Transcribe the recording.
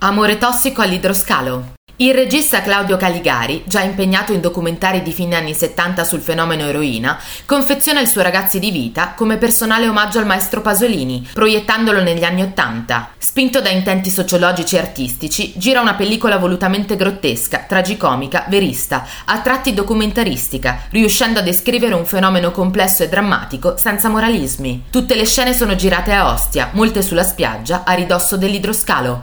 Amore tossico all'idroscalo. Il regista Claudio Caligari, già impegnato in documentari di fine anni 70 sul fenomeno eroina, confeziona il suo Ragazzi di vita come personale omaggio al maestro Pasolini, proiettandolo negli anni 80. Spinto da intenti sociologici e artistici, gira una pellicola volutamente grottesca, tragicomica, verista, a tratti documentaristica, riuscendo a descrivere un fenomeno complesso e drammatico senza moralismi. Tutte le scene sono girate a Ostia, molte sulla spiaggia, a ridosso dell'idroscalo.